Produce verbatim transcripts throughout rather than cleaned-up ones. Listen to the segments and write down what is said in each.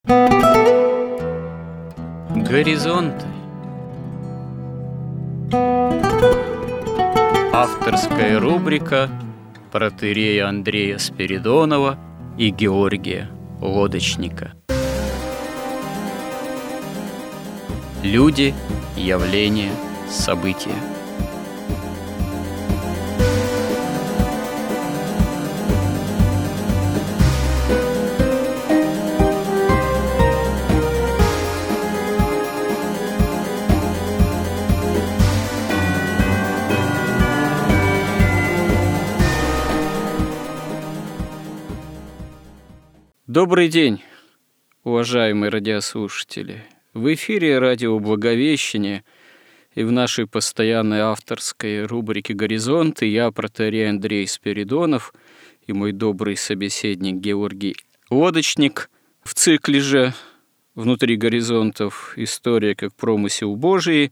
Горизонты. Авторская рубрика протоиерея Андрея Спиридонова и Георгия Лодочника. Люди, явления, события. Добрый день, уважаемые радиослушатели! В эфире радио «Благовещение» и в нашей постоянной авторской рубрике «Горизонты» я, протоиерей Андрей Спиридонов, и мой добрый собеседник Георгий Лодочник. В цикле же «Внутри горизонтов. История как промысел Божий»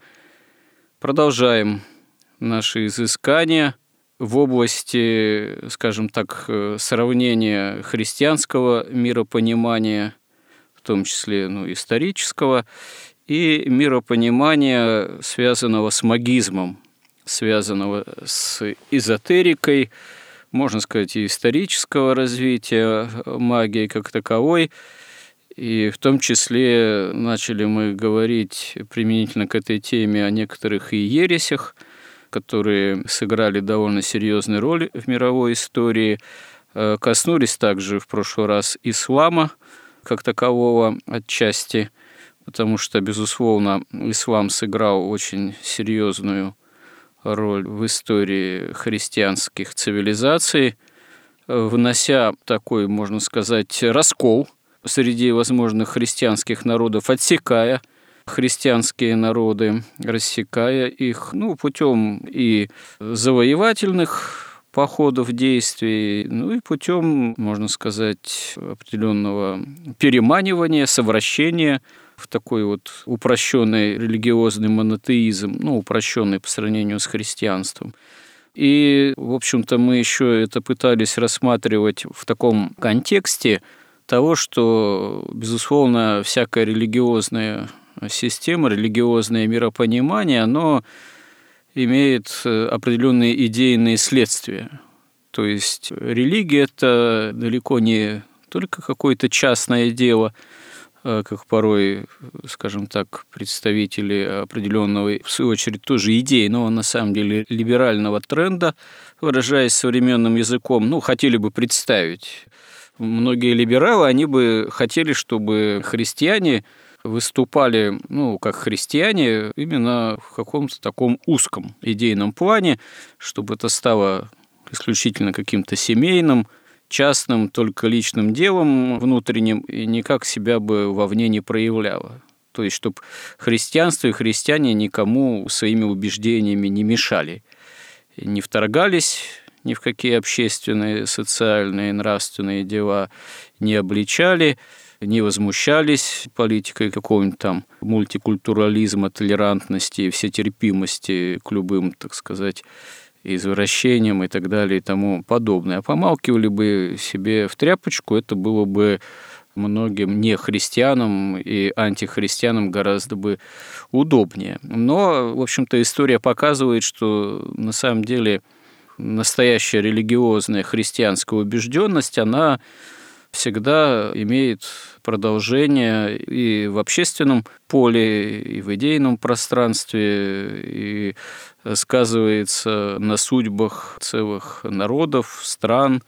продолжаем наши изыскания в области, скажем так, сравнения христианского миропонимания, в том числе ну, исторического, и миропонимания, связанного с магизмом, связанного с эзотерикой, можно сказать, и исторического развития магии как таковой. И в том числе начали мы говорить применительно к этой теме о некоторых и ересях, которые сыграли довольно серьезную роль в мировой истории. Коснулись также в прошлый раз ислама как такового отчасти, потому что, безусловно, ислам сыграл очень серьезную роль в истории христианских цивилизаций, внося такой, можно сказать, раскол среди возможных христианских народов, отсекая христианские народы, рассекая их ну, путем и завоевательных походов, действий, ну и путем, можно сказать, определенного переманивания, совращения в такой вот упрощенный религиозный монотеизм, ну, упрощенный по сравнению с христианством. И, в общем-то, мы еще это пытались рассматривать в таком контексте того, что, безусловно, всякая религиозная система, религиозное миропонимание, оно имеет определенные идейные следствия. То есть религия – это далеко не только какое-то частное дело, как порой, скажем так, представители определенного, в свою очередь, тоже идеи, но на самом деле либерального тренда, выражаясь современным языком, ну, хотели бы представить. Многие либералы, они бы хотели, чтобы христиане выступали, ну, как христиане, именно в каком-то таком узком идейном плане, чтобы это стало исключительно каким-то семейным, частным, только личным делом внутренним, и никак себя бы вовне не проявляло. То есть, чтобы христианство и христиане никому своими убеждениями не мешали, не вторгались ни в какие общественные, социальные, нравственные дела, не обличали, не возмущались политикой какого-нибудь там мультикультурализма, толерантности, всетерпимости к любым, так сказать, извращениям и так далее и тому подобное. А помалкивали бы себе в тряпочку, это было бы многим нехристианам и антихристианам гораздо бы удобнее. Но, в общем-то, история показывает, что на самом деле настоящая религиозная христианская убежденность, она всегда имеет продолжение и в общественном поле, и в идейном пространстве, и сказывается на судьбах целых народов, стран,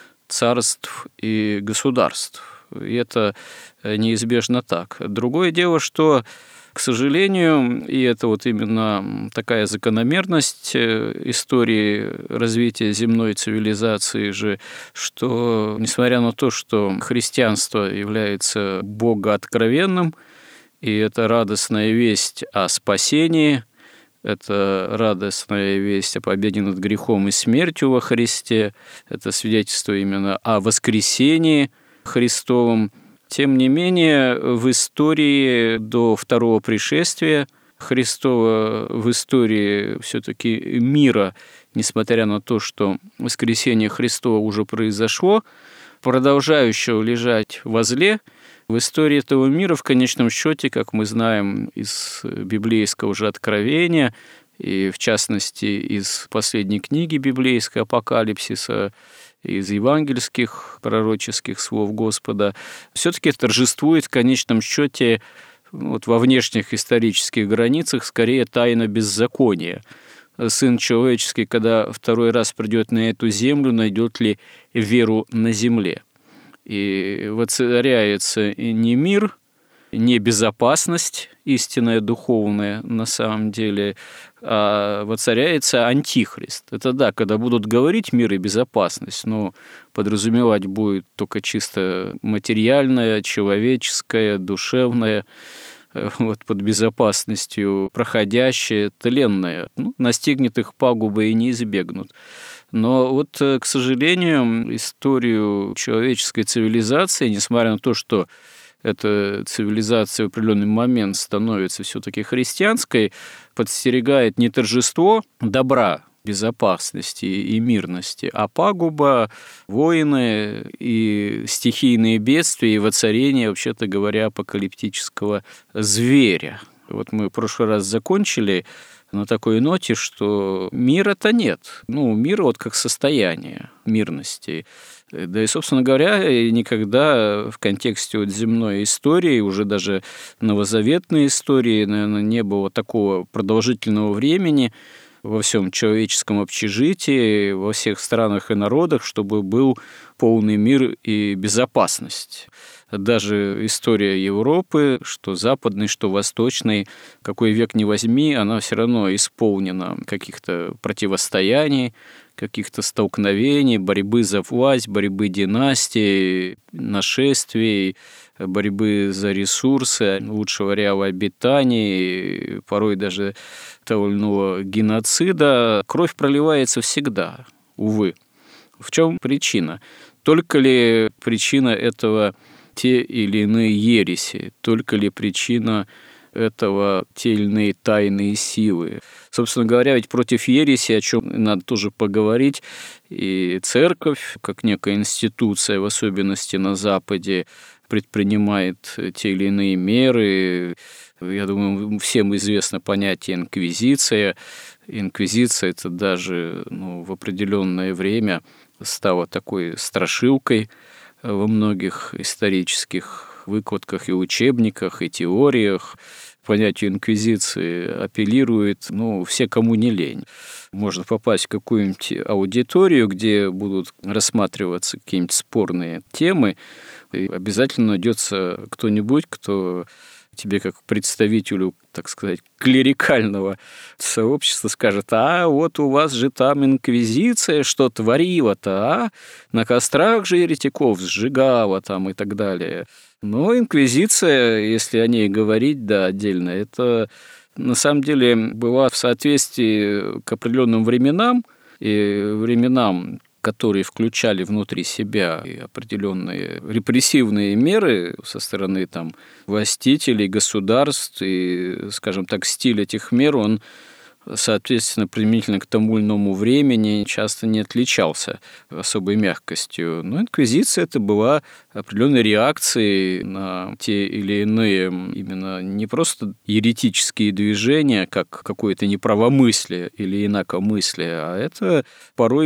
царств и государств. И это неизбежно так. Другое дело, что, к сожалению, и это вот именно такая закономерность истории развития земной цивилизации же, что, несмотря на то, что христианство является богооткровенным, и это радостная весть о спасении, это радостная весть о победе над грехом и смертью во Христе, это свидетельство именно о воскресении Христовом. Тем не менее, в истории до второго пришествия Христова, в истории все-таки мира, несмотря на то, что воскресение Христова уже произошло, продолжающего лежать возле, В истории этого мира, в конечном счете, как мы знаем из библейского же Откровения, и в частности из последней книги библейской Апокалипсиса, из евангельских пророческих слов Господа, все-таки торжествует в конечном счете вот во внешних исторических границах скорее тайна беззакония. Сын человеческий, когда второй раз придет на эту землю, найдет ли веру на земле? И воцаряется не мир, не безопасность истинная, духовная на самом деле, а воцаряется антихрист. Это да, когда будут говорить мир и безопасность, но подразумевать будет только чисто материальное, человеческое, душевное, вот под безопасностью проходящее, тленное. Ну, настигнет их пагуба и не избегнут. Но вот, к сожалению, историю человеческой цивилизации, несмотря на то, что эта цивилизация в определенный момент становится все-таки христианской, подстерегает не торжество добра, безопасности и мирности, а пагуба, войны и стихийные бедствия и воцарение, вообще-то говоря, апокалиптического зверя. Вот мы в прошлый раз закончили на такой ноте, что мира-то нет. Ну, мир вот как состояние мирности. Да и, собственно говоря, никогда в контексте вот земной истории, уже даже новозаветной истории, наверное, не было такого продолжительного времени во всем человеческом общежитии, во всех странах и народах, чтобы был полный мир и безопасность. Даже история Европы, что западной, что восточной, какой век ни возьми, она все равно исполнена каких-то противостояний, каких-то столкновений, борьбы за власть, борьбы династий, нашествий, борьбы за ресурсы, лучшего ареала обитания, порой даже того или иного геноцида. Кровь проливается всегда, увы. В чем причина? Только ли причина этого те или иные ереси? Только ли причина этого те или иные тайные силы? Собственно говоря, ведь против ереси, о чем надо тоже поговорить, и церковь, как некая институция, в особенности на Западе, предпринимает те или иные меры. Я думаю, всем известно понятие инквизиция. Инквизиция – это даже ну, в определенное время стала такой страшилкой во многих исторических выкладках и учебниках, и теориях. Понятию инквизиции апеллирует, ну, все, кому не лень. Можно попасть в какую-нибудь аудиторию, где будут рассматриваться какие-нибудь спорные темы, и обязательно найдется кто-нибудь, кто тебе как представителю, так сказать, клерикального сообщества скажет: а вот у вас же там инквизиция, что творила-то, а? На кострах же еретиков сжигала там и так далее. Но инквизиция, если о ней говорить, да, отдельно, это на самом деле была в соответствии к определенным временам, и временам, которые включали внутри себя и определенные репрессивные меры со стороны там, властителей, государств, и, скажем так, стиль этих мер, он, соответственно, применительно к тому или иному времени часто не отличался особой мягкостью. Но инквизиция – это была определенной реакцией на те или иные именно не просто еретические движения, как какое-то неправомыслие или инакомыслие, а это порой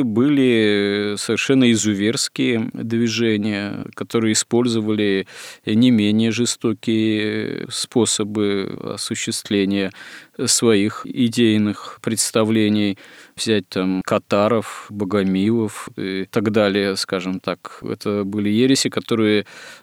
были совершенно изуверские движения, которые использовали не менее жестокие способы осуществления своих идейных представлений, взять там катаров, богомилов и так далее, скажем так. Это были ереси, которые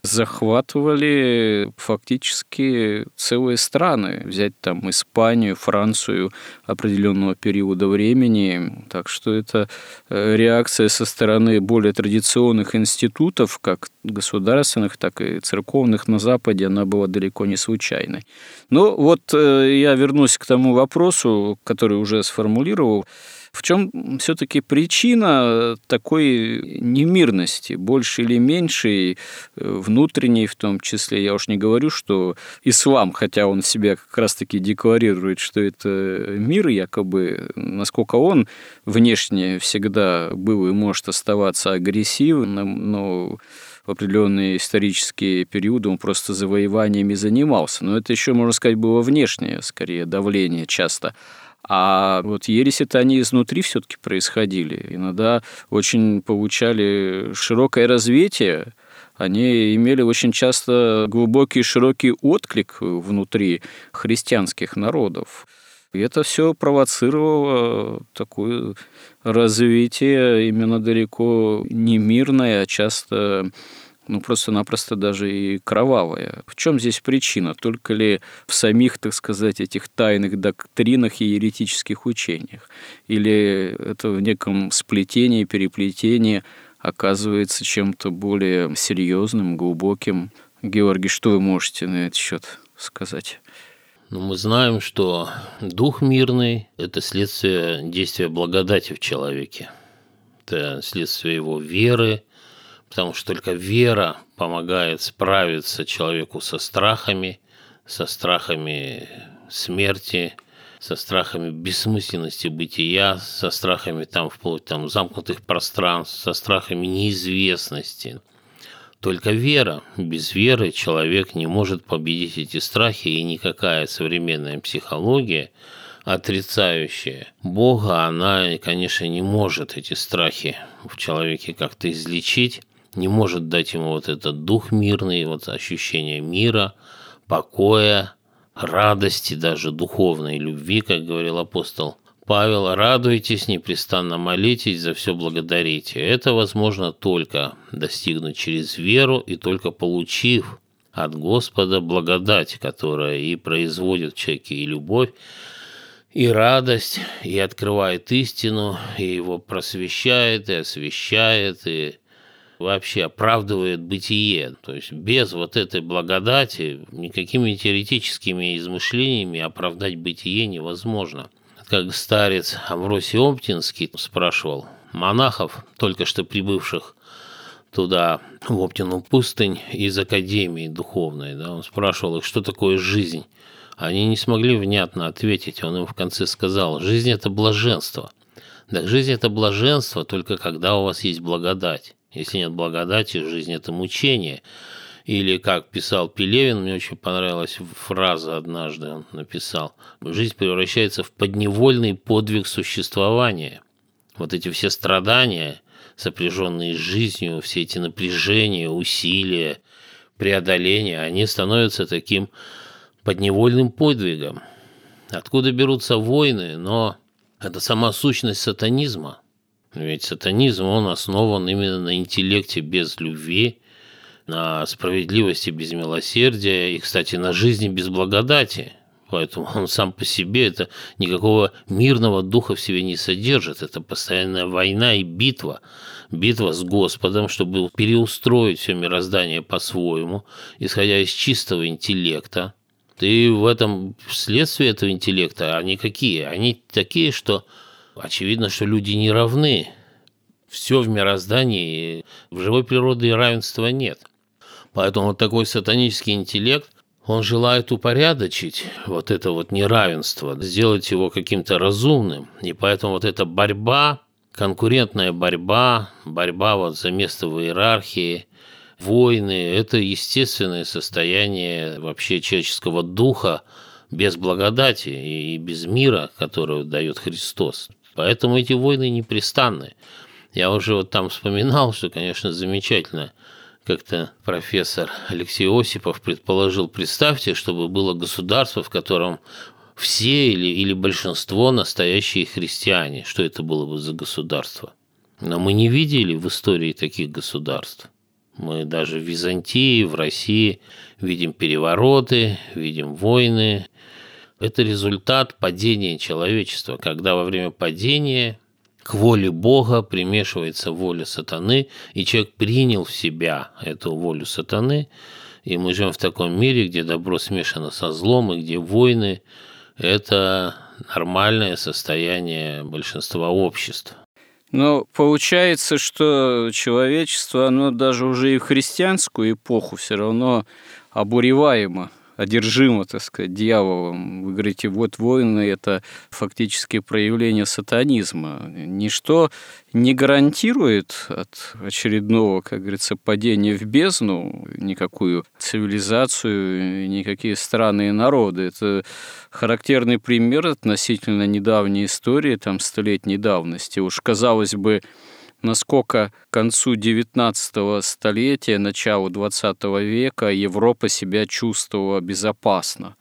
захватывали фактически целые страны. Взять там Испанию, Францию определенного периода времени. Так что это реакция со стороны более традиционных институтов, как государственных, так и церковных на Западе, она была далеко не случайной. Но вот я вернусь к тому вопросу, который уже сформулировал. В чем все-таки причина такой немирности, больше или меньшей, внутренней в том числе? Я уж не говорю, что ислам, хотя он себя как раз-таки декларирует, что это мир якобы, насколько он внешне всегда был и может оставаться агрессивным, но в определенные исторические периоды он просто завоеваниями занимался. Но это еще, можно сказать, было внешнее, скорее, давление часто. А вот ереси-то они изнутри все-таки происходили. Иногда очень получали широкое развитие. Они имели очень часто глубокий и широкий отклик внутри христианских народов. И это все провоцировало такое развитие именно далеко не мирное, а часто ну, просто-напросто даже и кровавое. В чем здесь причина? Только ли в самих, так сказать, этих тайных доктринах и еретических учениях? Или это в неком сплетении, переплетении оказывается чем-то более серьезным, глубоким? Георгий, что вы можете на этот счет сказать? Ну, мы знаем, что дух мирный – это следствие действия благодати в человеке. Это следствие его веры, потому что только вера помогает справиться человеку со страхами, со страхами смерти, со страхами бессмысленности бытия, со страхами там, вплоть там, замкнутых пространств, со страхами неизвестности. Только вера. Без веры человек не может победить эти страхи, и никакая современная психология, отрицающая Бога, она, конечно, не может эти страхи в человеке как-то излечить, не может дать ему вот этот дух мирный, вот ощущение мира, покоя, радости, даже духовной любви, как говорил апостол Павел: радуйтесь, непрестанно молитесь, за все благодарите. Это возможно только достигнуть через веру и только получив от Господа благодать, которая и производит в человеке и любовь, и радость, и открывает истину, и его просвещает, и освещает, и вообще оправдывает бытие. То есть без вот этой благодати никакими теоретическими измышлениями оправдать бытие невозможно. Как старец Амвросий Оптинский спрашивал монахов, только что прибывших туда, в Оптину пустынь, из академии духовной, да, он спрашивал их, что такое жизнь. Они не смогли внятно ответить. Он им в конце сказал: жизнь – это блаженство. Так жизнь – это блаженство только когда у вас есть благодать. Если нет благодати, жизнь – это мучение. Или, как писал Пелевин, мне очень понравилась фраза однажды, он написал: жизнь превращается в подневольный подвиг существования. Вот эти все страдания, сопряженные с жизнью, все эти напряжения, усилия, преодоления, они становятся таким подневольным подвигом. Откуда берутся войны? Но это сама сущность сатанизма. Ведь сатанизм, он основан именно на интеллекте без любви, на справедливости без милосердия и, кстати, на жизни без благодати. Поэтому он сам по себе это никакого мирного духа в себе не содержит. Это постоянная война и битва. Битва с Господом, чтобы переустроить все мироздание по-своему, исходя из чистого интеллекта. И в этом следствие этого интеллекта, они какие? Они такие, что очевидно, что люди не равны. Все в мироздании, в живой природе равенства нет. Поэтому вот такой сатанический интеллект, он желает упорядочить вот это вот неравенство, сделать его каким-то разумным. И поэтому вот эта борьба, конкурентная борьба, борьба вот за место в иерархии, войны – это естественное состояние вообще человеческого духа без благодати и без мира, который дает Христос. Поэтому эти войны непрестанны. Я уже вот там вспоминал, что, конечно, замечательно, как-то профессор Алексей Осипов предположил: представьте, чтобы было государство, в котором все или, или большинство настоящие христиане. Что это было бы за государство? Но мы не видели в истории таких государств. Мы даже в Византии, в России видим перевороты, видим войны. Это результат падения человечества, когда во время падения к воле Бога примешивается воля сатаны, и человек принял в себя эту волю сатаны, и мы живем в таком мире, где добро смешано со злом, и где войны – это нормальное состояние большинства обществ. Но получается, что человечество, оно даже уже и в христианскую эпоху все равно обуреваемо одержимо, так сказать, дьяволом. Вы говорите, вот войны – это фактически проявление сатанизма. Ничто не гарантирует от очередного, как говорится, падения в бездну никакую цивилизацию, никакие страны и народы. Это характерный пример относительно недавней истории, там, столетней давности. Уж, казалось бы, насколько к концу девятнадцатого столетия, началу двадцатого века Европа себя чувствовала безопасно.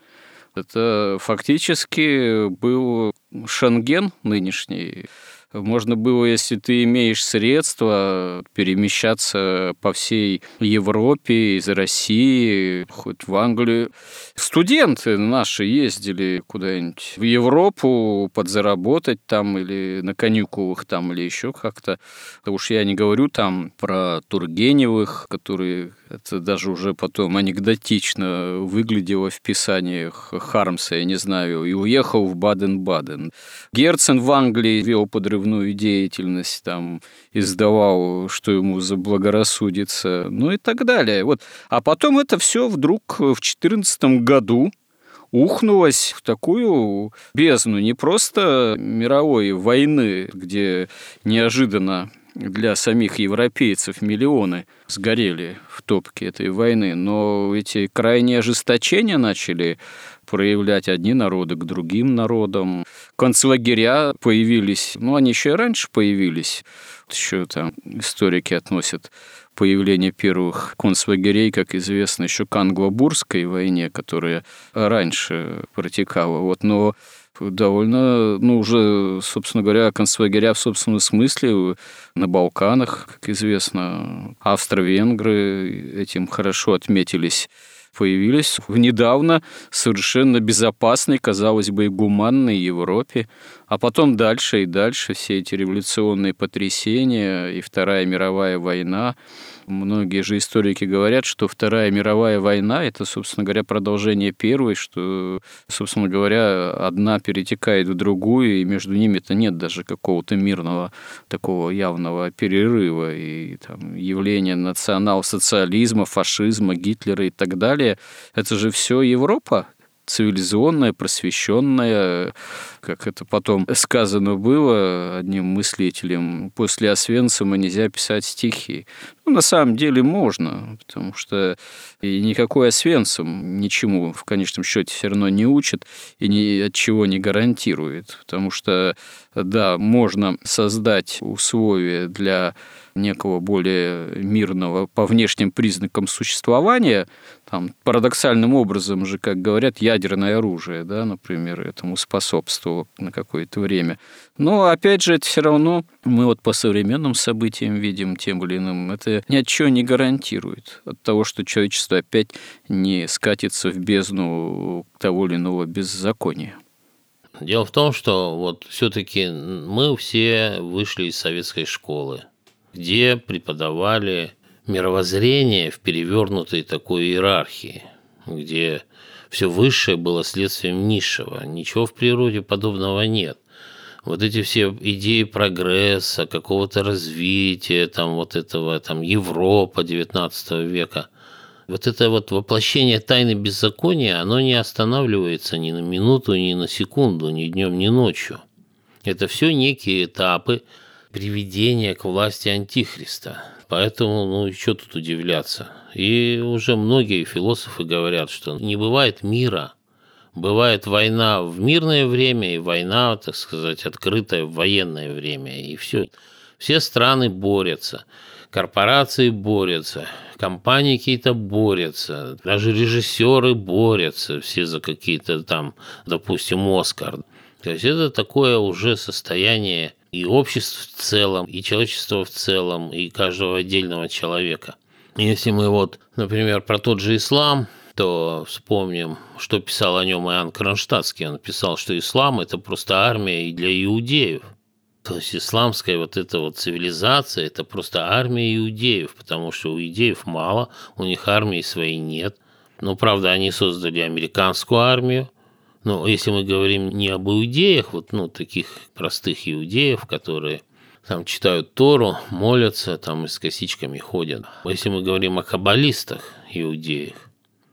Это фактически был Шенген нынешний. Можно было, если ты имеешь средства, перемещаться по всей Европе, из России, хоть в Англию. Студенты наши ездили куда-нибудь в Европу подзаработать там или на каникулах там, или еще как-то. Уж я не говорю там про Тургеневых, которые... Это даже уже потом анекдотично выглядело в писаниях Хармса, я не знаю, и уехал в Баден-Баден. Герцен в Англии вел подрывную деятельность, там, издавал, что ему заблагорассудится, ну и так далее. Вот. А потом это все вдруг в четырнадцатом году ухнулось в такую бездну не просто мировой войны, где неожиданно для самих европейцев миллионы сгорели в топке этой войны, но эти крайние ожесточения начали проявлять одни народы к другим народам. Концлагеря появились, ну, они еще и раньше появились, еще там историки относят появление первых концлагерей, как известно, еще к англо-бурской войне, которая раньше протекала. Вот, но довольно, ну, уже, собственно говоря, концлагеря в собственном смысле на Балканах, как известно, австро-венгры этим хорошо отметились, появились в недавно совершенно безопасной, казалось бы, и гуманной Европе. А потом дальше и дальше все эти революционные потрясения и Вторая мировая война. Многие же историки говорят, что Вторая мировая война – это, собственно говоря, продолжение Первой, что, собственно говоря, одна перетекает в другую, и между ними-то нет даже какого-то мирного такого явного перерыва. И там явление национал-социализма, фашизма, Гитлера и так далее – это же все Европа. Цивилизованная, просвещенная, как это потом сказано было одним мыслителем, после Освенцима нельзя писать стихи. Ну, на самом деле можно, потому что и никакой Освенцим ничему в конечном счете все равно не учит и ни от чего не гарантирует, потому что, да, можно создать условия для некого более мирного по внешним признакам существования, там, парадоксальным образом же, как говорят, ядерное оружие, да, например, этому способствовало на какое-то время. Но, опять же, это все равно мы вот по современным событиям видим тем или иным, это ни от чего не гарантирует. От того, что человечество опять не скатится в бездну того или иного беззакония. Дело в том, что вот все-таки мы все вышли из советской школы, где преподавали мировоззрение в перевернутой такой иерархии, где все высшее было следствием низшего. Ничего в природе подобного нет. Вот эти все идеи прогресса, какого-то развития, там вот этого, там Европа девятнадцатого века, вот это вот воплощение тайны беззакония, оно не останавливается ни на минуту, ни на секунду, ни днем, ни ночью. Это все некие этапы приведения к власти Антихриста. Поэтому, ну, что тут удивляться. И уже многие философы говорят, что не бывает мира. Бывает война в мирное время и война, так сказать, открытая в военное время. И все. Все страны борются, корпорации борются, компании какие-то борются, даже режиссеры борются все за какие-то там, допустим, Оскар. То есть это такое уже состояние и общества в целом, и человечества в целом, и каждого отдельного человека. Если мы вот, например, про тот же ислам, то вспомним, что писал о нем Иоанн Кронштадтский. Он писал, что ислам – это просто армия и для иудеев. То есть исламская вот эта вот цивилизация – это просто армия иудеев, потому что у иудеев мало, у них армии своей нет. Но, правда, они создали американскую армию. Но если мы говорим не об иудеях, вот, ну, таких простых иудеев, которые там читают Тору, молятся, там и с косичками ходят. Если мы говорим о каббалистах, иудеях,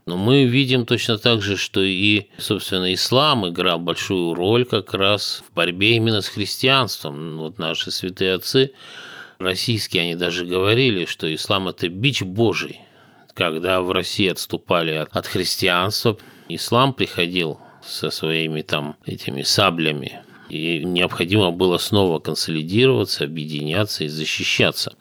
Но мы видим точно так же, что и, собственно, ислам играл большую роль как раз в борьбе именно с христианством. Вот наши святые отцы российские, они даже говорили, что ислам – это бич Божий. Когда в России отступали от, от христианства, ислам приходил со своими там этими саблями, и необходимо было снова консолидироваться, объединяться и защищаться.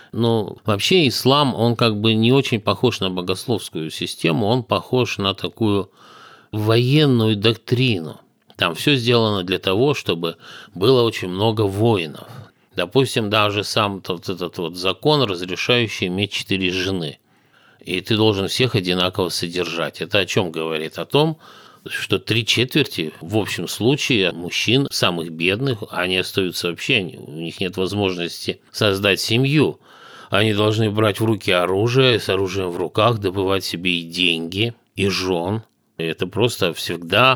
Но вообще ислам, он как бы не очень похож на богословскую систему, он похож на такую военную доктрину. Там все сделано для того, чтобы было очень много воинов. Допустим, даже сам вот этот вот закон, разрешающий иметь четыре жены. И ты должен всех одинаково содержать. Это о чем говорит? О том, что три четверти, в общем случае, мужчин, самых бедных, они остаются вообще, у них нет возможности создать семью. Они должны брать в руки оружие, с оружием в руках добывать себе и деньги, и жен. Это просто всегда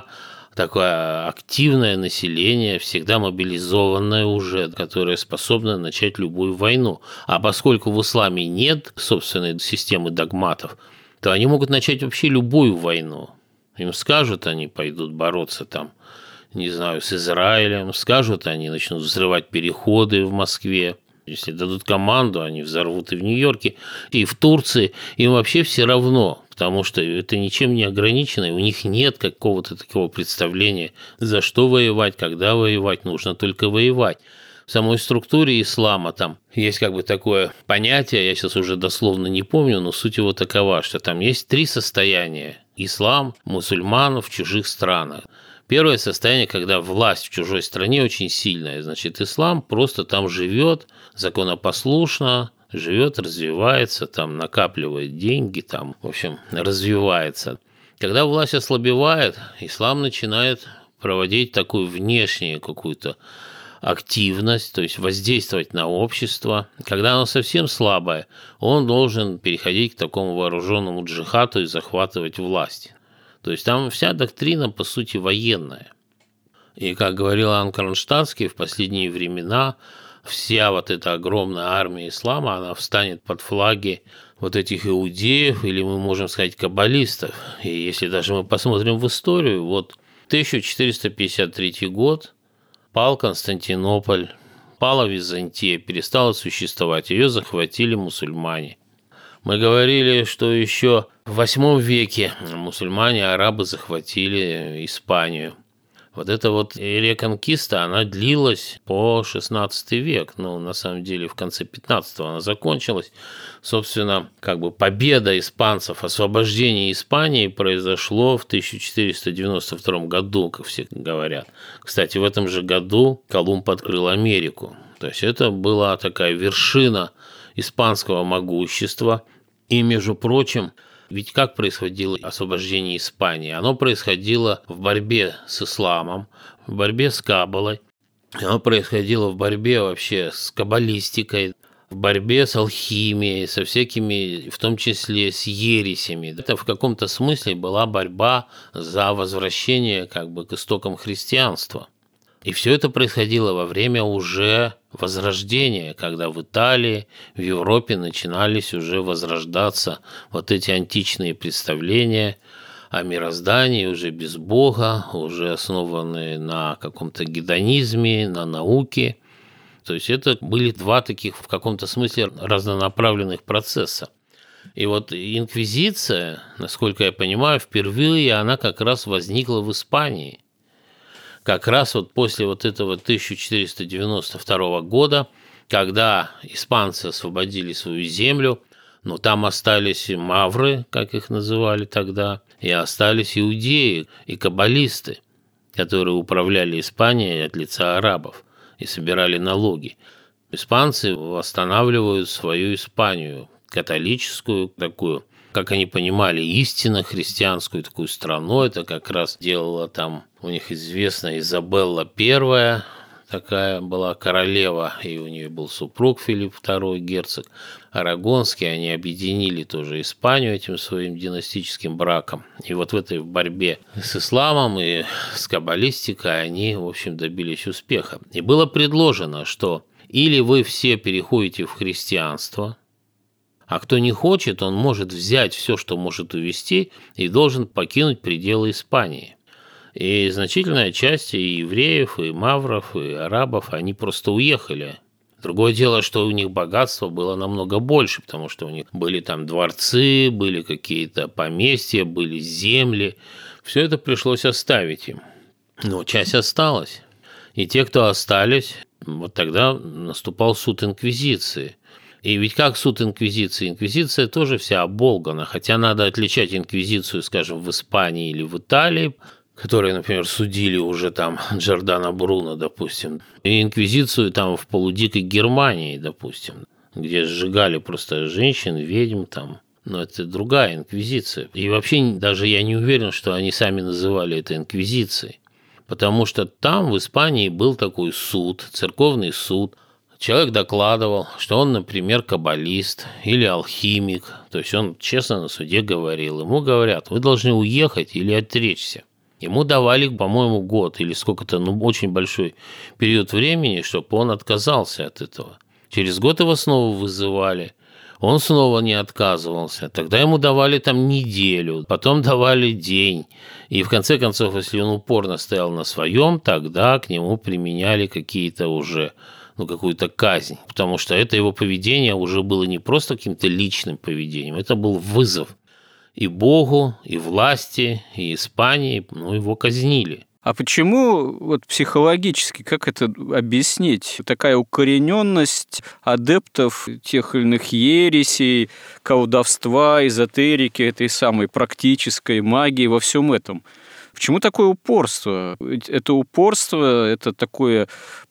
такое активное население, всегда мобилизованное уже, которое способно начать любую войну. А поскольку в исламе нет собственной системы догматов, то они могут начать вообще любую войну. Им скажут, они пойдут бороться там, не знаю, с Израилем, скажут, они начнут взрывать переходы в Москве. Если дадут команду, они взорвут и в Нью-Йорке, и в Турции. Им вообще все равно, потому что это ничем не ограничено, и у них нет какого-то такого представления, за что воевать, когда воевать, нужно только воевать. В самой структуре ислама там есть как бы такое понятие, я сейчас уже дословно не помню, но суть его такова, что там есть три состояния. Ислам, мусульман в чужих странах. Первое состояние, когда власть в чужой стране очень сильная, значит, ислам просто там живет, законопослушно, живет, развивается, там накапливает деньги, там, в общем, развивается. Когда власть ослабевает, ислам начинает проводить такую внешнюю какую-то активность, то есть воздействовать на общество. Когда оно совсем слабое, он должен переходить к такому вооруженному джихаду и захватывать власть. То есть там вся доктрина, по сути, военная. И, как говорил Иоанн Кронштадтский, в последние времена вся вот эта огромная армия ислама, она встанет под флаги вот этих иудеев, или мы можем сказать каббалистов. И если даже мы посмотрим в историю, вот тысяча четыреста пятьдесят третий год, пал Константинополь, пала Византия, перестала существовать, ее захватили мусульмане. Мы говорили, что еще в восьмом веке мусульмане, арабы захватили Испанию. Вот эта вот реконкиста, она длилась по шестнадцатый век, но на самом деле в конце пятнадцатого она закончилась. Собственно, как бы победа испанцев, освобождение Испании произошло в тысяча четыреста девяносто втором году, как все говорят. Кстати, в этом же году Колумб открыл Америку. То есть это была такая вершина испанского могущества. И, между прочим, ведь как происходило освобождение Испании? Оно происходило в борьбе с исламом, в борьбе с каббалой, оно происходило в борьбе вообще с каббалистикой, в борьбе с алхимией, со всякими, в том числе с ересями. Это в каком-то смысле была борьба за возвращение как бы к истокам христианства. И все это происходило во время уже Возрождения, когда в Италии, в Европе начинались уже возрождаться вот эти античные представления о мироздании уже без Бога, уже основанные на каком-то гедонизме, на науке. То есть это были два таких в каком-то смысле разнонаправленных процесса. И вот инквизиция, насколько я понимаю, впервые она как раз возникла в Испании. Как раз вот после вот этого тысяча четыреста девяносто второго года, когда испанцы освободили свою землю, но там остались и мавры, как их называли тогда, и остались иудеи и каббалисты, которые управляли Испанией от лица арабов и собирали налоги. Испанцы восстанавливают свою Испанию, католическую такую, как они понимали, истинно христианскую такую страну. Это как раз делала там у них известная Изабелла Первая, такая была королева, и у нее был супруг Филипп Второй, герцог Арагонский. Они объединили тоже Испанию этим своим династическим браком. И вот в этой борьбе с исламом и с каббалистикой они, в общем, добились успеха. И было предложено, что или вы все переходите в христианство, А кто не хочет, он может взять все, что может увезти, и должен покинуть пределы Испании. И значительная часть и евреев, и мавров, и арабов, они просто уехали. Другое дело, что у них богатство было намного больше, потому что у них были там дворцы, были какие-то поместья, были земли. Все это пришлось оставить им. Но часть осталась. И те, кто остались, вот тогда наступал суд инквизиции. И ведь как суд инквизиции? Инквизиция тоже вся оболгана, хотя надо отличать инквизицию, скажем, в Испании или в Италии, которые, например, судили уже там Джордано Бруно, допустим, и инквизицию там в полудикой Германии, допустим, где сжигали просто женщин, ведьм там. Но это другая инквизиция. И вообще даже я не уверен, что они сами называли это инквизицией. Потому что там, в Испании, был такой суд, церковный суд. Человек докладывал, что он, например, каббалист или алхимик. То есть он честно на суде говорил. Ему говорят, вы должны уехать или отречься. Ему давали, по-моему, год или сколько-то, ну, очень большой период времени, чтобы он отказался от этого. Через год его снова вызывали. Он снова не отказывался. Тогда ему давали там неделю, потом давали день. И в конце концов, если он упорно стоял на своем, тогда к нему применяли какие-то уже, ну, какую-то казнь. Потому что это его поведение уже было не просто каким-то личным поведением, это был вызов и Богу, и власти, и Испании, ну, его казнили. А почему вот психологически, как это объяснить, такая укорененность адептов тех или иных ересей, колдовства, эзотерики, этой самой практической магии во всем этом? Почему такое упорство? Ведь это упорство, это такое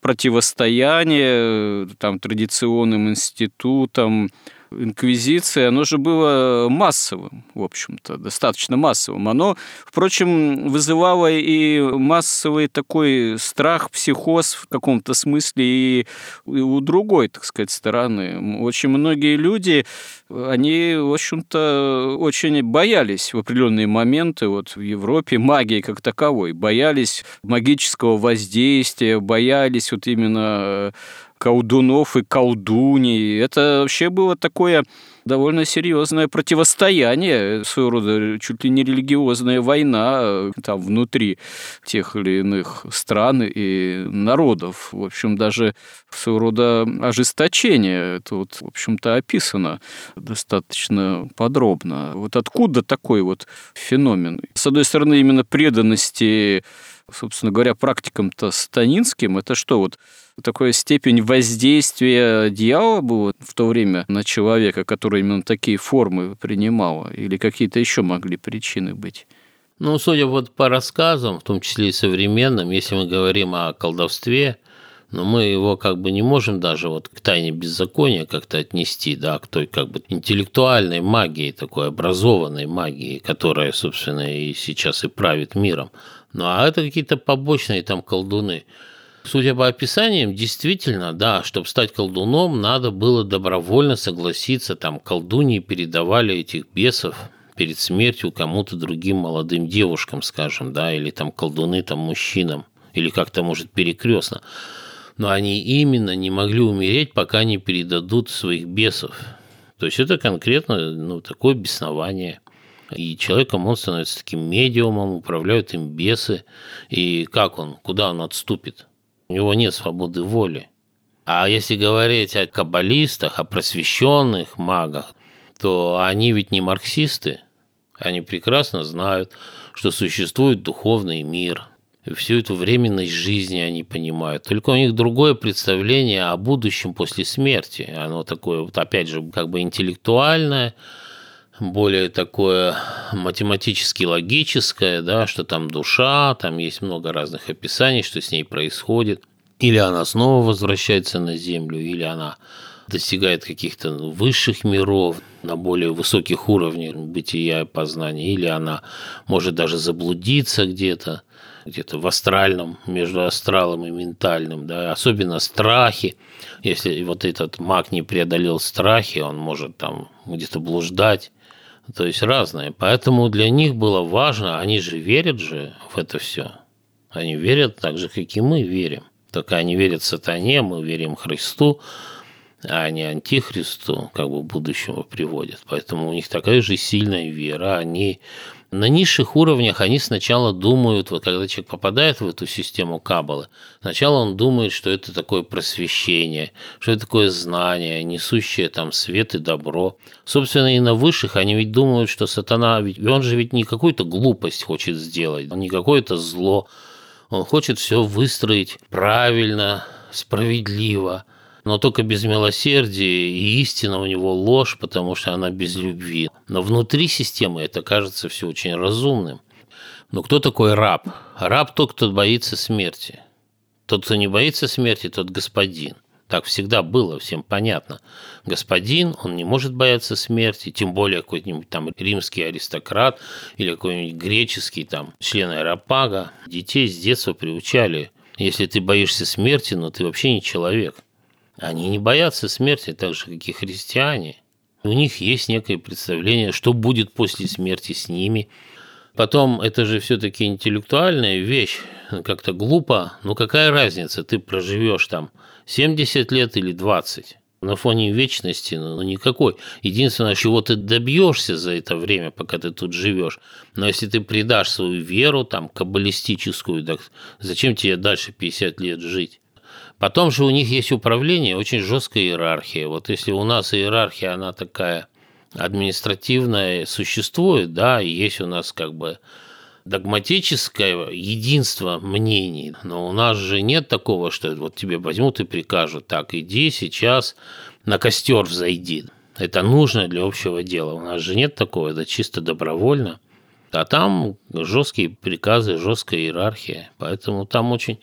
противостояние там, традиционным институтам, инквизиции, оно же было массовым, в общем-то, достаточно массовым. Оно, впрочем, вызывало и массовый такой страх, психоз в каком-то смысле и у другой, так сказать, стороны. Очень многие люди, они, в общем-то, очень боялись в определенные моменты вот в Европе магии как таковой, боялись магического воздействия, боялись вот именно колдунов и колдуней. Это вообще было такое довольно серьезное противостояние, своего рода чуть ли не религиозная война там внутри тех или иных стран и народов. В общем, даже своего рода ожесточение. Это вот, в общем-то, описано достаточно подробно. Вот откуда такой вот феномен? С одной стороны, именно преданности, собственно говоря, практикам-то сатанинским, это что, вот такая степень воздействия дьявола была в то время на человека, который именно такие формы принимал, или какие-то еще могли причины быть? Ну, судя вот по рассказам, в том числе и современным, если мы говорим о колдовстве, но мы его как бы не можем даже вот к тайне беззакония как-то отнести, да, к той как бы интеллектуальной магии, такой образованной магии, которая, собственно, и сейчас и правит миром. Ну, а это какие-то побочные там колдуны. Судя по описаниям, действительно, да, чтобы стать колдуном, надо было добровольно согласиться, там колдуньи передавали этих бесов перед смертью кому-то другим молодым девушкам, скажем, да, или там колдуны там мужчинам, или как-то, может, перекрестно. Но они именно не могли умереть, пока не передадут своих бесов. То есть это конкретно, ну, такое беснование. И человеком он становится таким медиумом, управляют им бесы. И как он, куда он отступит? У него нет свободы воли. А если говорить о каббалистах, о просвещенных магах, то они ведь не марксисты. Они прекрасно знают, что существует духовный мир. И всю эту временность жизни они понимают. Только у них другое представление о будущем после смерти. Оно такое, вот опять же, как бы интеллектуальное, более такое математически логическое, да, что там душа, там есть много разных описаний, что с ней происходит. Или она снова возвращается на Землю, или она достигает каких-то высших миров, на более высоких уровнях бытия и познания, или она может даже заблудиться где-то, где-то в астральном, между астралом и ментальным, да, особенно страхи. Если вот этот маг не преодолел страхи, он может там где-то блуждать. То есть разное. Поэтому для них было важно, они же верят же в это все. Они верят так же, как и мы верим. Только они верят сатане, мы верим Христу. а не антихристу, как бы будущему приводят. Поэтому у них такая же сильная вера. Они на низших уровнях они сначала думают, вот когда человек попадает в эту систему Каббалы, сначала он думает, что это такое просвещение, что это такое знание, несущее там свет и добро. Собственно, и на высших они ведь думают, что сатана, ведь он же ведь не какую-то глупость хочет сделать, не какое-то зло. Он хочет все выстроить правильно, справедливо, но только без милосердия, и истина у него ложь, потому что она без любви. Но внутри системы это кажется все очень разумным. Но кто такой раб? Раб тот, кто боится смерти. Тот, кто не боится смерти, тот господин. Так всегда было, всем понятно. Господин, он не может бояться смерти, тем более какой-нибудь там римский аристократ или какой-нибудь греческий там член аэропага. Детей с детства приучали. Если ты боишься смерти, ну ты вообще не человек. Они не боятся смерти, так же, как и христиане. У них есть некое представление, что будет после смерти с ними. Потом, это же все-таки интеллектуальная вещь, как-то глупо. Ну какая разница, ты проживешь там семьдесят лет или двадцать? На фоне вечности, ну никакой. Единственное, чего ты добьешься за это время, пока ты тут живешь. Но если ты предашь свою веру, там, каббалистическую, так зачем тебе дальше пятьдесят лет жить? Потом же у них есть управление, очень жесткая иерархия. Вот если у нас иерархия, она такая административная, существует, да, и есть у нас как бы догматическое единство мнений, но у нас же нет такого, что вот тебе возьмут и прикажут, так, иди сейчас на костер взойди. Это нужно для общего дела. У нас же нет такого, это чисто добровольно. А там жесткие приказы, жесткая иерархия. Поэтому там очень...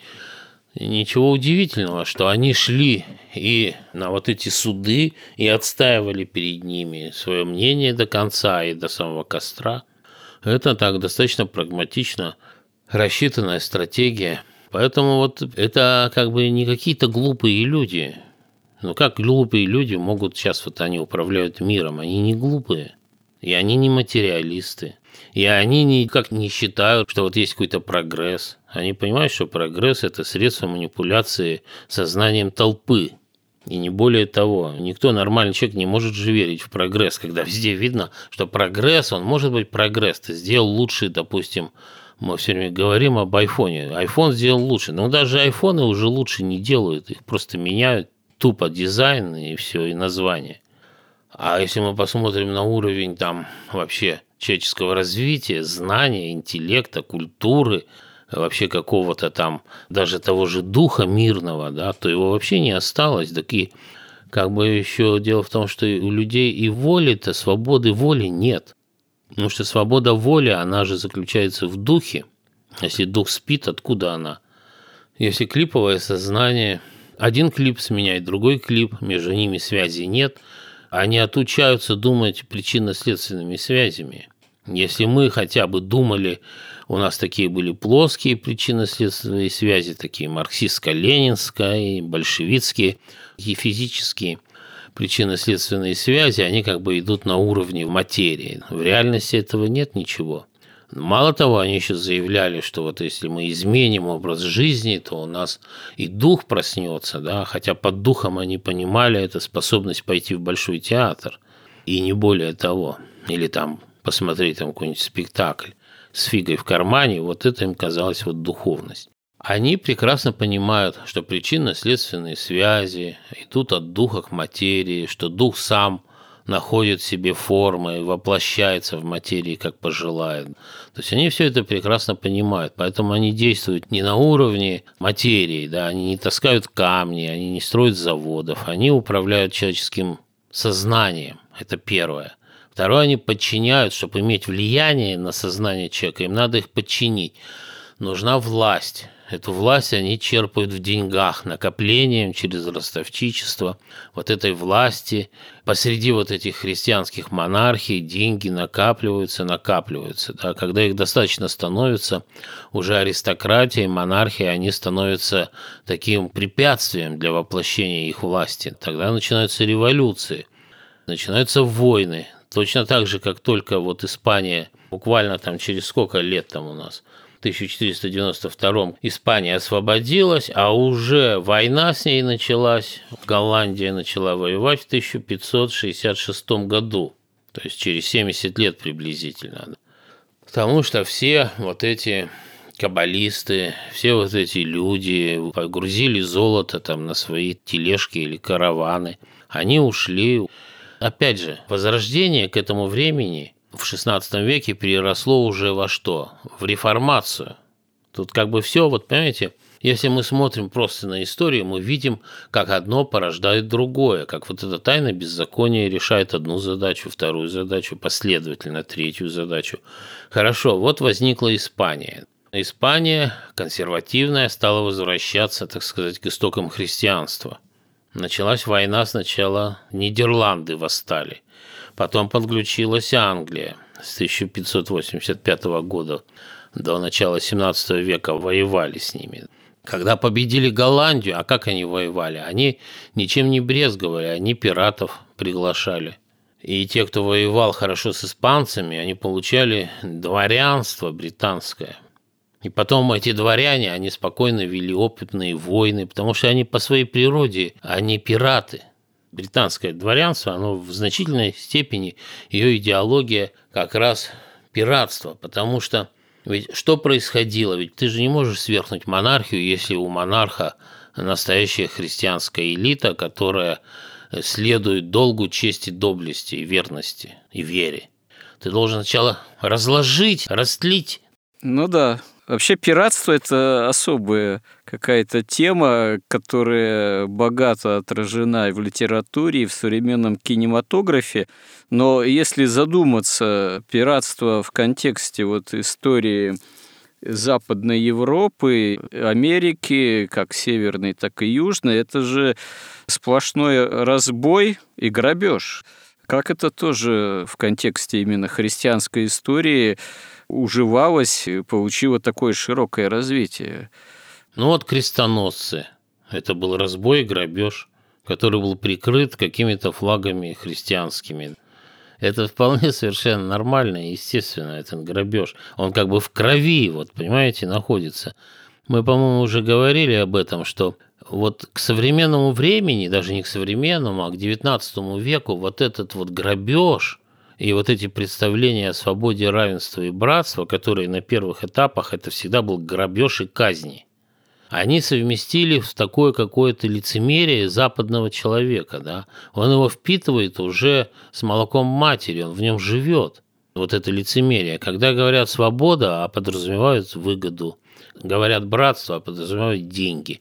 Ничего удивительного, что они шли и на вот эти суды и отстаивали перед ними свое мнение до конца и до самого костра. Это так достаточно прагматично рассчитанная стратегия. Поэтому вот это как бы не какие-то глупые люди. Ну как глупые люди могут сейчас, вот они управляют миром, они не глупые. И они не материалисты. И они никак не считают, что вот есть какой-то прогресс. Они понимают, что прогресс – это средство манипуляции сознанием толпы. И не более того. Никто, нормальный человек, не может же верить в прогресс, когда везде видно, что прогресс, он может быть прогресс. Ты сделал лучше, допустим, мы все время говорим об айфоне. Айфон сделал лучше. Но даже айфоны уже лучше не делают. Их просто меняют тупо дизайн и все, и название. А если мы посмотрим на уровень там вообще человеческого развития, знания, интеллекта, культуры, вообще какого-то там, даже того же духа мирного, да, то его вообще не осталось. Так и как бы еще дело в том, что у людей и воли-то, свободы воли нет. Потому что свобода воли, она же заключается в духе. Если дух спит, откуда она? Если клиповое сознание, один клип сменяет другой клип, между ними связи нет, они отучаются думать причинно-следственными связями. Если мы хотя бы думали, у нас такие были плоские причинно-следственные связи, такие марксистско-ленинские, большевистские и физические причинно-следственные связи, они как бы идут на уровне материи. В реальности этого нет ничего. Мало того, они еще заявляли, что вот если мы изменим образ жизни, то у нас и дух проснется, да, хотя под духом они понимали это способность пойти в большой театр, и не более того, или там посмотреть там какой-нибудь спектакль с фигой в кармане, вот это им казалось вот духовность. Они прекрасно понимают, что причинно-следственные связи идут от духа к материи, что дух сам находит в себе формы, воплощается в материи, как пожелает. То есть они все это прекрасно понимают, поэтому они действуют не на уровне материи, да, они не таскают камни, они не строят заводов, они управляют человеческим сознанием, это первое. Второе, они подчиняют, чтобы иметь влияние на сознание человека, им надо их подчинить. Нужна власть. Эту власть они черпают в деньгах, накоплением через ростовчичество. Вот этой власти посреди вот этих христианских монархий деньги накапливаются, накапливаются. Да? Когда их достаточно становится, уже аристократия и монархия, они становятся таким препятствием для воплощения их власти. Тогда начинаются революции, начинаются войны. Точно так же, как только вот Испания, буквально там через сколько лет там у нас, тысяча четыреста девяносто втором Испания освободилась, а уже война с ней началась, Голландия начала воевать в тысяча пятьсот шестьдесят шестом году, то есть через семьдесят лет приблизительно. Потому что все вот эти каббалисты, все вот эти люди погрузили золото там на свои тележки или караваны, они ушли. Опять же, возрождение к этому времени в шестнадцатом веке переросло уже во что? В реформацию. Тут как бы все, вот понимаете, если мы смотрим просто на историю, мы видим, как одно порождает другое, как вот эта тайна беззакония решает одну задачу, вторую задачу, последовательно третью задачу. Хорошо, вот возникла Испания. Испания, консервативная, стала возвращаться, так сказать, к истокам христианства. Началась война, сначала Нидерланды восстали, потом подключилась Англия с тысяча пятьсот восемьдесят пятого года до начала семнадцатого века воевали с ними. Когда победили Голландию, а как они воевали? Они ничем не брезговали, они пиратов приглашали. И те, кто воевал хорошо с испанцами, они получали дворянство британское. И потом эти дворяне, они спокойно вели опытные войны, потому что они по своей природе, они пираты. Британское дворянство, оно в значительной степени, ее идеология как раз пиратство, потому что ведь что происходило? Ведь ты же не можешь свергнуть монархию, если у монарха настоящая христианская элита, которая следует долгу чести, доблести, верности и вере. Ты должен сначала разложить, растлить. Ну да. Вообще пиратство – это особая какая-то тема, которая богато отражена и в литературе, и в современном кинематографе. Но если задуматься, пиратство в контексте вот истории Западной Европы, Америки, как северной, так и южной, это же сплошной разбой и грабеж. Как это тоже в контексте именно христианской истории уживалось и получило такое широкое развитие? Ну вот крестоносцы. Это был разбой и грабеж, который был прикрыт какими-то флагами христианскими. Это вполне совершенно нормально и естественно, этот грабеж. Он как бы в крови, вот, понимаете, находится. Мы, по-моему, уже говорили об этом, что вот к современному времени, даже не к современному, а к девятнадцатому веку, вот этот вот грабеж и вот эти представления о свободе, равенстве и братстве, которые на первых этапах, это всегда был грабеж и казни. Они совместили в такое какое-то лицемерие западного человека, да. Он его впитывает уже с молоком матери, он в нем живет. Вот это лицемерие. Когда говорят свобода, а подразумевают выгоду. Говорят братство, а подразумевают деньги.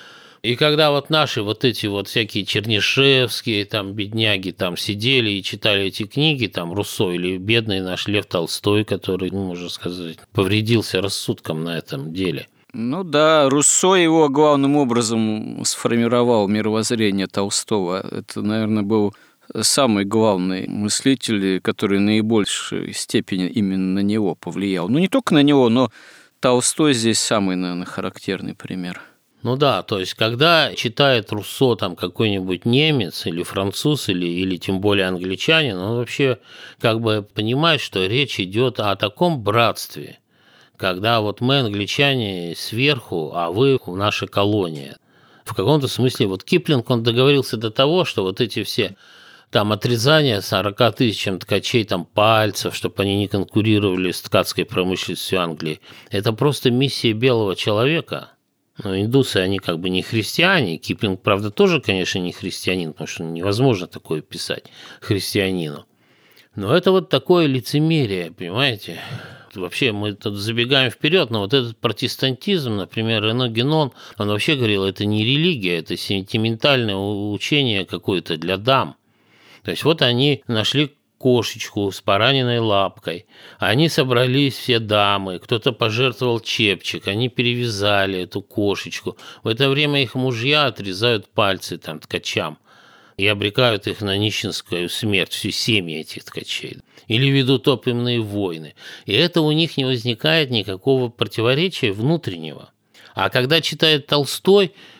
И когда вот наши вот эти вот всякие Чернышевские, там, бедняги, там, сидели и читали эти книги, там, Руссо или бедный наш Лев Толстой, который, ну, можно сказать, повредился рассудком на этом деле. Ну да, Руссо его главным образом сформировал мировоззрение Толстого. Это, наверное, был самый главный мыслитель, который в наибольшей степени именно на него повлиял. Ну, не только на него, но Толстой здесь самый, наверное, характерный пример. Ну да, то есть, когда читает Руссо там какой-нибудь немец или француз, или, или тем более англичанин, он вообще как бы понимает, что речь идет о таком братстве, когда вот мы, англичане, сверху, а вы в нашей колонии. В каком-то смысле вот Киплинг, он договорился до того, что вот эти все там отрезания сорока тысячам ткачей там пальцев, чтобы они не конкурировали с ткацкой промышленностью Англии, это просто миссия белого человека. Но индусы, они как бы не христиане. Киплинг, правда, тоже, конечно, не христианин, потому что невозможно такое писать христианину. Но это вот такое лицемерие, понимаете? Вообще мы тут забегаем вперед, но вот этот протестантизм, например, Рено Генон, он вообще говорил, это не религия, это сентиментальное учение какое-то для дам. То есть вот они нашли кошечку с пораненной лапкой. Они собрались все дамы, кто-то пожертвовал чепчик, они перевязали эту кошечку. В это время их мужья отрезают пальцы там ткачам и обрекают их на нищенскую смерть, всю семьи этих ткачей. Или ведут опиумные войны. И это у них не возникает никакого противоречия внутреннего. А когда читает Толстой,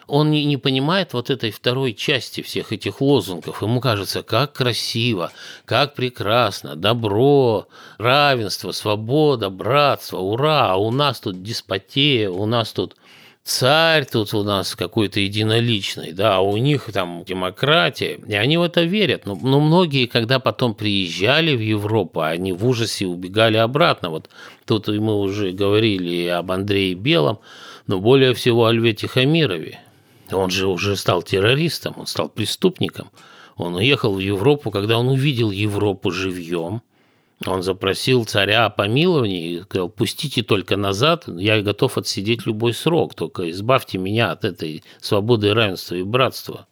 Он не, не понимает вот этой второй части всех этих лозунгов. Ему кажется, как красиво, как прекрасно, добро, равенство, свобода, братство, ура, а у нас тут деспотия, у нас тут царь, тут у нас какой-то единоличный, да, а у них там демократия, и они в это верят. Но, но многие, когда потом приезжали в Европу, они в ужасе убегали обратно. Вот тут мы уже говорили об Андрее Белом, но более всего о Льве Тихомирове. Он же уже стал террористом, он стал преступником. Он уехал в Европу, когда он увидел Европу живьем. Он запросил царя о помиловании и сказал: пустите только назад, я готов отсидеть любой срок, только избавьте меня от этой свободы, равенства и братства.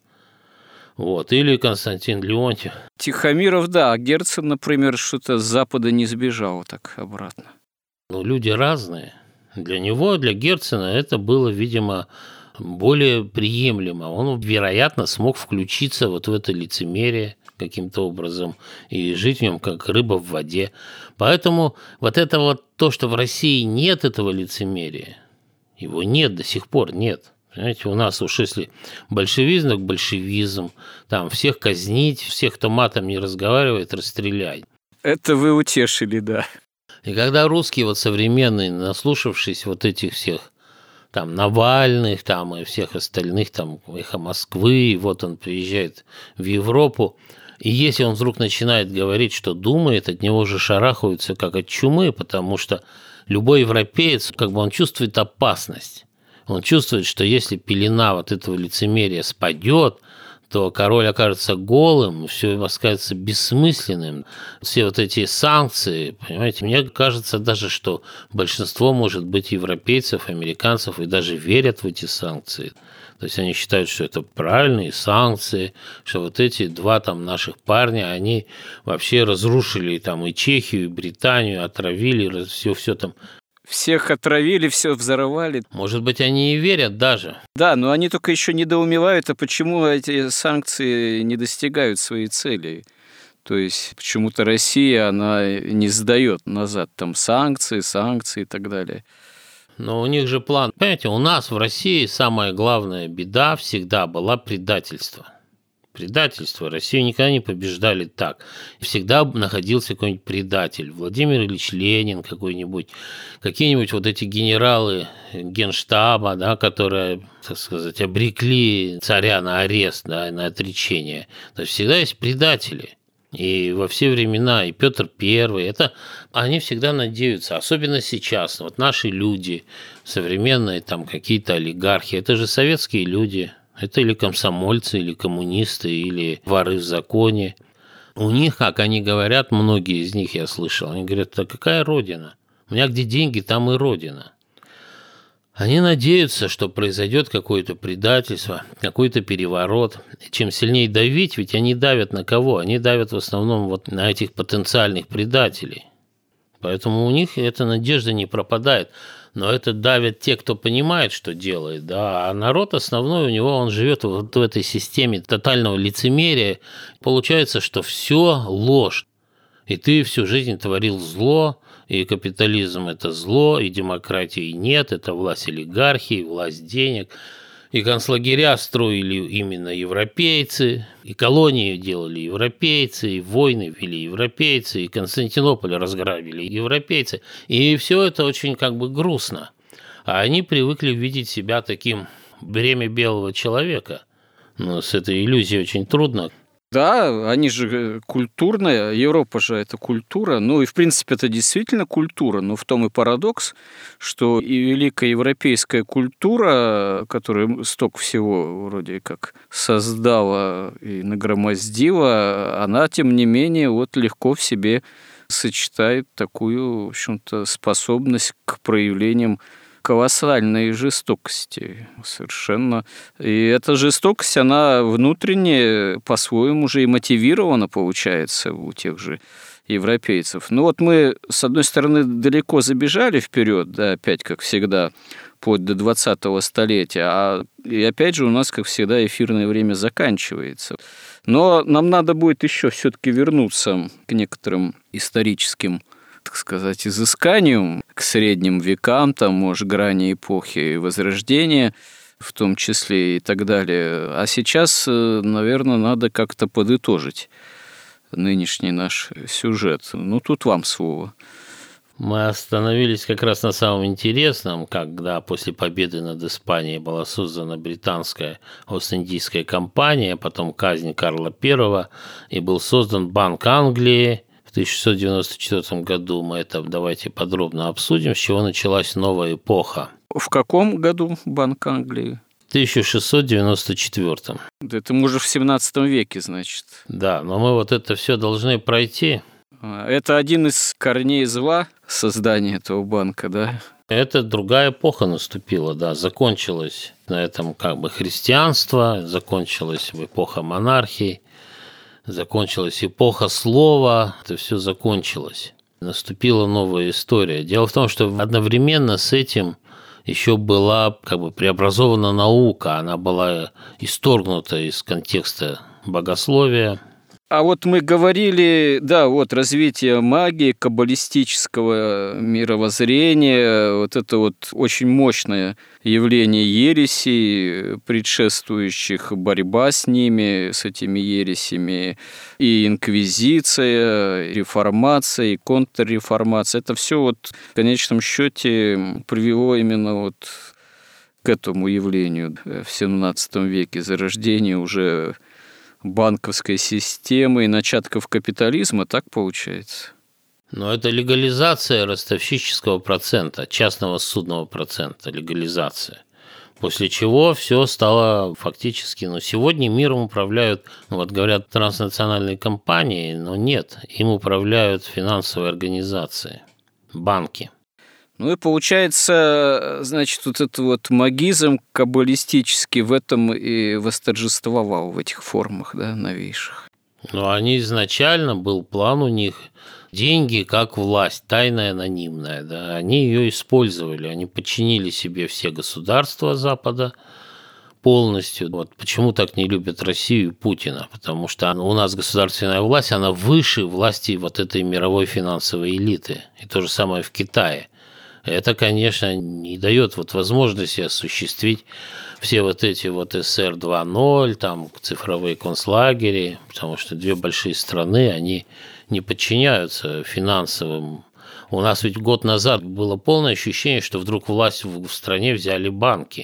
Вот. Или Константин Леонтьев. Тихомиров, да, а Герцен, например, что-то с Запада не сбежал так обратно. Ну, люди разные. Для него, для Герцена это было, видимо, более приемлемо. Он, вероятно, смог включиться вот в это лицемерие каким-то образом и жить в нем как рыба в воде. Поэтому вот это вот то, что в России нет этого лицемерия, его нет, до сих пор нет. Понимаете, у нас уж если большевизм, так большевизм, там всех казнить, всех, кто матом не разговаривает, расстрелять. Это вы утешили, да. И когда русские вот современные, наслушавшись вот этих всех там Навальных, там и всех остальных, там «Эхо Москвы», и вот он приезжает в Европу, и если он вдруг начинает говорить, что думает, от него же шарахаются как от чумы, потому что любой европеец, как бы он чувствует опасность. Он чувствует, что если пелена вот этого лицемерия спадет, то король окажется голым, все окажется бессмысленным. Все вот эти санкции, понимаете, мне кажется даже, что большинство, может быть, европейцев, американцев и даже верят в эти санкции. То есть они считают, что это правильные санкции, что вот эти два там наших парня, они вообще разрушили там и Чехию, и Британию, отравили, все, все там. Всех отравили, все взорвали. Может быть, они и верят даже. Да, но они только еще недоумевают, а почему эти санкции не достигают своей цели. То есть почему-то Россия, она не сдает назад там санкции, санкции и так далее. Но у них же план. Понимаете, у нас в России самая главная беда всегда была предательство. Предательство. Россию никогда не побеждали так. Всегда находился какой-нибудь предатель. Владимир Ильич Ленин какой-нибудь, какие-нибудь вот эти генералы Генштаба, да, которые, так сказать, обрекли царя на арест, да, на отречение. То есть всегда есть предатели. И во все времена, и Петр Первый, это они всегда надеются, особенно сейчас. Вот наши люди, современные там какие-то олигархи, это же советские люди. Это или комсомольцы, или коммунисты, или воры в законе. У них, как они говорят, многие из них я слышал, они говорят: а какая родина? У меня где деньги, там и родина. Они надеются, что произойдет какое-то предательство, какой-то переворот. Чем сильнее давить, ведь они давят на кого? Они давят в основном вот на этих потенциальных предателей. Поэтому у них эта надежда не пропадает. Но это давят те, кто понимает, что делает, да, а народ основной у него, он живет вот в этой системе тотального лицемерия. Получается, что все ложь, и ты всю жизнь творил зло, и капитализм – это зло, и демократии нет, это власть олигархии, власть денег. И концлагеря строили именно европейцы, и колонии делали европейцы, и войны вели европейцы, и Константинополь разграбили европейцы. И все это очень как бы грустно. А они привыкли видеть себя таким бремя белого человека. Но с этой иллюзией очень трудно. Да, они же культурная, Европа же это культура, ну и в принципе это действительно культура, но в том и парадокс, что и великая европейская культура, которая столько всего вроде как создала и нагромоздила, она тем не менее вот легко в себе сочетает такую, в общем-то, способность к проявлениям колоссальной жестокости совершенно. И эта жестокость, она внутренне по-своему уже и мотивирована, получается, у тех же европейцев. Ну вот мы, с одной стороны, далеко забежали вперед, да, опять, как всегда, вплоть до двадцатого столетия, а и опять же у нас, как всегда, эфирное время заканчивается. Но нам надо будет еще все-таки вернуться к некоторым историческим, так сказать, изысканию к средним векам, там, может, грани эпохи Возрождения. в том числе и так далее. А сейчас, наверное, надо как-то подытожить нынешний наш сюжет. Ну, тут вам слово. Мы остановились как раз на самом интересном, когда после победы над Испанией была создана британская Ост-Индийская компания, потом казнь Карла Первого, и был создан Банк Англии. В тысяча шестьсот девяносто четвёртом году мы это давайте подробно обсудим, с чего началась новая эпоха. В каком году Банк Англии? В тысяча шестьсот девяносто четвёртом. Это мы уже в семнадцатом веке, значит. Да, но мы вот это все должны пройти. Это один из корней зла создания этого банка, да? Это другая эпоха наступила, да, закончилось на этом как бы христианство, закончилась эпоха монархии, закончилась эпоха слова, это все закончилось. Наступила новая история. Дело в том, что одновременно с этим еще была как бы преобразована наука, она была исторгнута из контекста богословия. А вот мы говорили, да, вот развитие магии, каббалистического мировоззрения, вот это вот очень мощное явление ересей, предшествующих борьба с ними, с этими ересями, и инквизиция, и реформация, и контрреформация. Это все вот в конечном счете привело именно вот к этому явлению в семнадцатом веке, зарождение уже банковской системы и начатков капитализма, так получается? Но это легализация ростовщического процента, частного ссудного процента, легализация. После чего все стало фактически, ну, сегодня миром управляют, ну, вот говорят, транснациональные компании, но нет, им управляют финансовые организации, банки. Ну и получается, значит, вот этот вот магизм каббалистический в этом и восторжествовал в этих формах, да, новейших. Но они изначально, был план у них, деньги как власть, тайная, анонимная, да, они ее использовали, они подчинили себе все государства Запада полностью. Вот почему так не любят Россию и Путина, потому что у нас государственная власть, она выше власти вот этой мировой финансовой элиты, и то же самое в Китае. Это, конечно, не дает вот возможности осуществить все вот эти вот эс эр два ноль, там цифровые концлагеря, потому что две большие страны, они не подчиняются финансовым. У нас ведь год назад было полное ощущение, что вдруг власть в стране взяли банки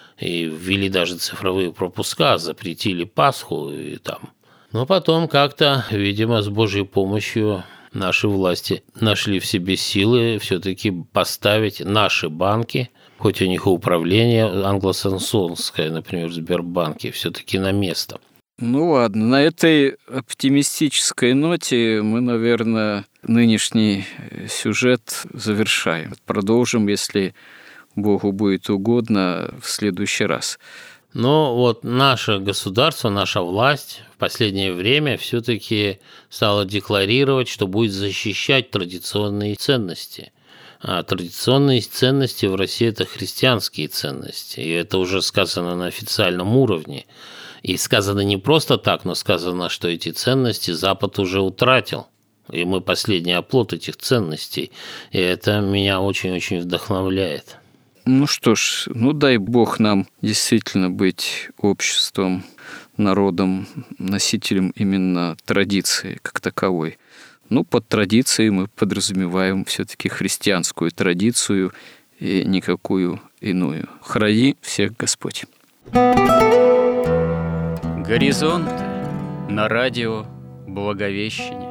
и ввели даже цифровые пропуска, запретили Пасху и там. Но потом как-то, видимо, с Божьей помощью наши власти нашли в себе силы все-таки поставить наши банки, хоть у них и управление англосаксонское, например, в Сбербанке, все-таки на место. Ну ладно, на этой оптимистической ноте мы, наверное, нынешний сюжет завершаем. Продолжим, если Богу будет угодно, в следующий раз. Но вот наше государство, наша власть в последнее время все-таки стала декларировать, что будет защищать традиционные ценности. А традиционные ценности в России – это христианские ценности. И это уже сказано на официальном уровне. И сказано не просто так, но сказано, что эти ценности Запад уже утратил. И мы последний оплот этих ценностей. И это меня очень-очень вдохновляет. Ну что ж, ну дай Бог нам действительно быть обществом, народом, носителем именно традиции как таковой. Ну, под традицией мы подразумеваем все-таки христианскую традицию и никакую иную. Храни всех Господь. Горизонты на радио Благовещение.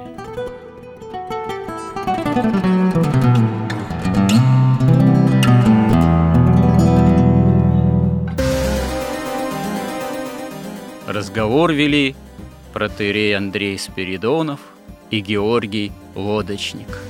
Разговор вели протоиерей Андрей Спиридонов и Георгий Лодочник.